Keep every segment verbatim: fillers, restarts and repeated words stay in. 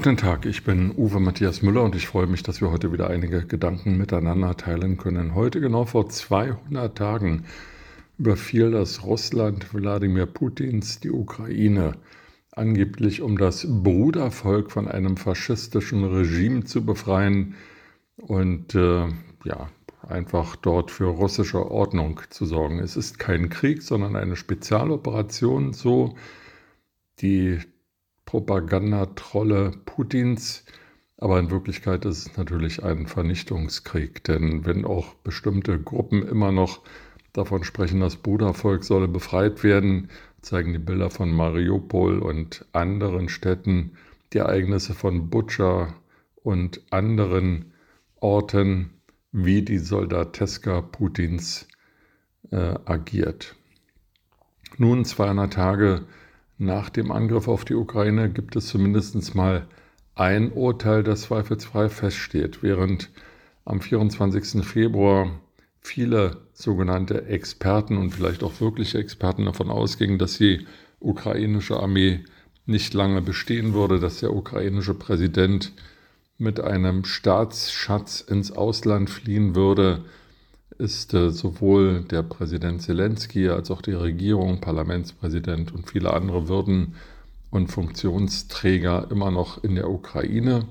Guten Tag, ich bin Uwe Matthias Müller und ich freue mich, dass wir heute wieder einige Gedanken miteinander teilen können. Heute genau vor zweihundert Tagen überfiel das Russland Wladimir Putins die Ukraine, angeblich um das Brudervolk von einem faschistischen Regime zu befreien und äh, ja, einfach dort für russische Ordnung zu sorgen. Es ist kein Krieg, sondern eine Spezialoperation, so die Propagandatrolle Putins, aber in Wirklichkeit ist es natürlich ein Vernichtungskrieg, denn wenn auch bestimmte Gruppen immer noch davon sprechen, das Brudervolk solle befreit werden, zeigen die Bilder von Mariupol und anderen Städten, die Ereignisse von Butscha und anderen Orten, wie die Soldateska Putins äh, agiert. Nun, zweihundert Tage nach dem Angriff auf die Ukraine gibt es zumindest mal ein Urteil, das zweifelsfrei feststeht, während am vierundzwanzigsten Februar viele sogenannte Experten und vielleicht auch wirkliche Experten davon ausgingen, dass die ukrainische Armee nicht lange bestehen würde, dass der ukrainische Präsident mit einem Staatsschatz ins Ausland fliehen würde, ist äh, sowohl der Präsident Zelensky als auch die Regierung, Parlamentspräsident und viele andere Würden und Funktionsträger immer noch in der Ukraine.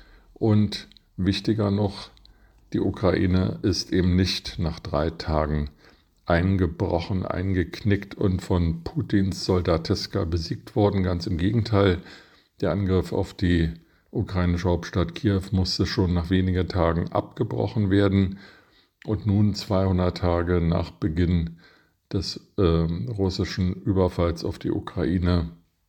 Und wichtiger noch, die Ukraine ist eben nicht nach drei Tagen eingebrochen, eingeknickt und von Putins Soldateska besiegt worden. Ganz im Gegenteil, der Angriff auf die ukrainische Hauptstadt Kiew musste schon nach wenigen Tagen abgebrochen werden. Und nun, zweihundert Tage nach Beginn des äh, russischen Überfalls auf die Ukraine,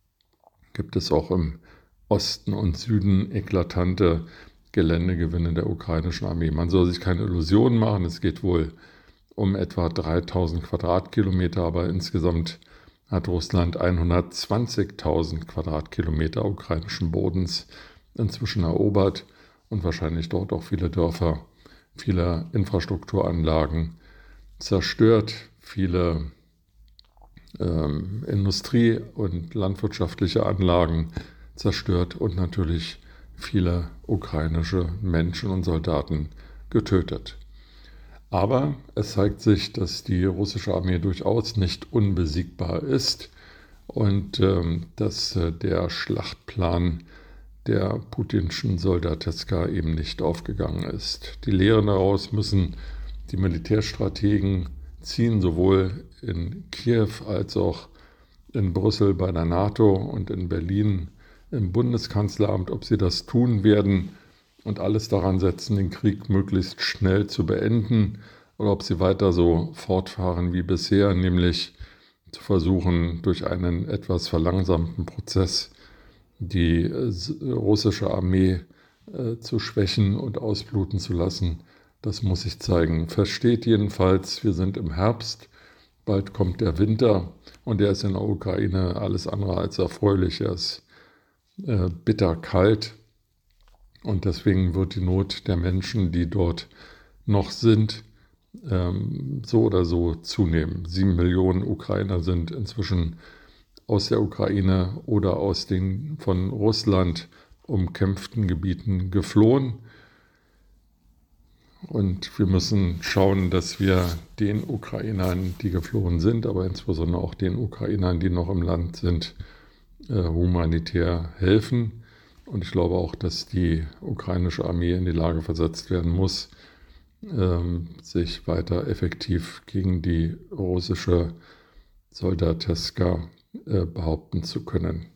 gibt es auch im Osten und Süden eklatante Geländegewinne der ukrainischen Armee. Man soll sich keine Illusionen machen, es geht wohl um etwa dreitausend Quadratkilometer, aber insgesamt hat Russland hundertzwanzigtausend Quadratkilometer ukrainischen Bodens inzwischen erobert und wahrscheinlich dort auch viele Dörfer, viele Infrastrukturanlagen zerstört, viele ähm, Industrie- und landwirtschaftliche Anlagen zerstört und natürlich viele ukrainische Menschen und Soldaten getötet. Aber es zeigt sich, dass die russische Armee durchaus nicht unbesiegbar ist und ähm, dass äh, der Schlachtplan der putinschen Soldateska eben nicht aufgegangen ist. Die Lehren daraus müssen die Militärstrategen ziehen, sowohl in Kiew als auch in Brüssel bei der NATO und in Berlin im Bundeskanzleramt, ob sie das tun werden und alles daran setzen, den Krieg möglichst schnell zu beenden, oder ob sie weiter so fortfahren wie bisher, nämlich zu versuchen, durch einen etwas verlangsamten Prozess die russische Armee äh, zu schwächen und ausbluten zu lassen. Das muss sich zeigen. Fest steht jedenfalls, wir sind im Herbst, bald kommt der Winter und der ist in der Ukraine alles andere als erfreulich. Er ist äh, bitter kalt und deswegen wird die Not der Menschen, die dort noch sind, ähm, so oder so zunehmen. Sieben Millionen Ukrainer sind inzwischen aus der Ukraine oder aus den von Russland umkämpften Gebieten geflohen. Und wir müssen schauen, dass wir den Ukrainern, die geflohen sind, aber insbesondere auch den Ukrainern, die noch im Land sind, äh, humanitär helfen. Und ich glaube auch, dass die ukrainische Armee in die Lage versetzt werden muss, ähm, sich weiter effektiv gegen die russische Soldateska behaupten zu können.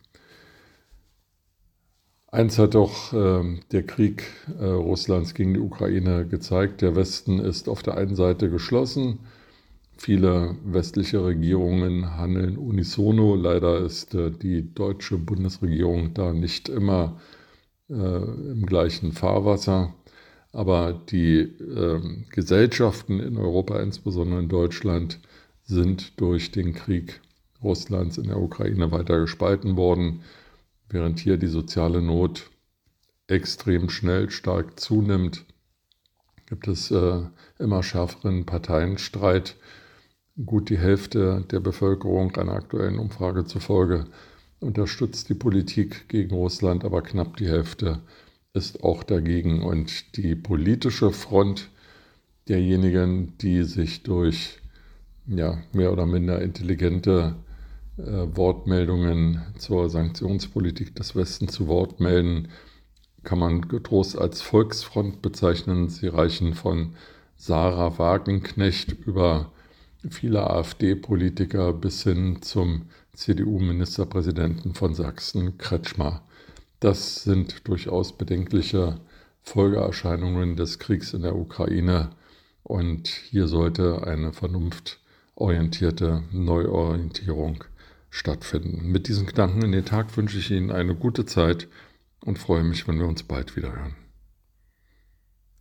Eins hat doch äh, der Krieg äh, Russlands gegen die Ukraine gezeigt. Der Westen ist auf der einen Seite geschlossen. Viele westliche Regierungen handeln unisono. Leider ist äh, die deutsche Bundesregierung da nicht immer äh, im gleichen Fahrwasser. Aber die äh, Gesellschaften in Europa, insbesondere in Deutschland, sind durch den Krieg Russlands in der Ukraine weiter gespalten worden, während hier die soziale Not extrem schnell stark zunimmt, gibt es äh, immer schärferen Parteienstreit. Gut die Hälfte der Bevölkerung, einer aktuellen Umfrage zufolge, unterstützt die Politik gegen Russland, aber knapp die Hälfte ist auch dagegen. Und die politische Front derjenigen, die sich durch ja, mehr oder minder intelligente äh, Wortmeldungen zur Sanktionspolitik des Westens zu Wort melden, kann man getrost als Volksfront bezeichnen. Sie reichen von Sarah Wagenknecht über viele AfD-Politiker bis hin zum C D U-Ministerpräsidenten von Sachsen, Kretschmer. Das sind durchaus bedenkliche Folgeerscheinungen des Kriegs in der Ukraine. Und hier sollte eine vernunftorientierte Neuorientierung stattfinden. Mit diesen Gedanken in den Tag wünsche ich Ihnen eine gute Zeit und freue mich, wenn wir uns bald wieder hören.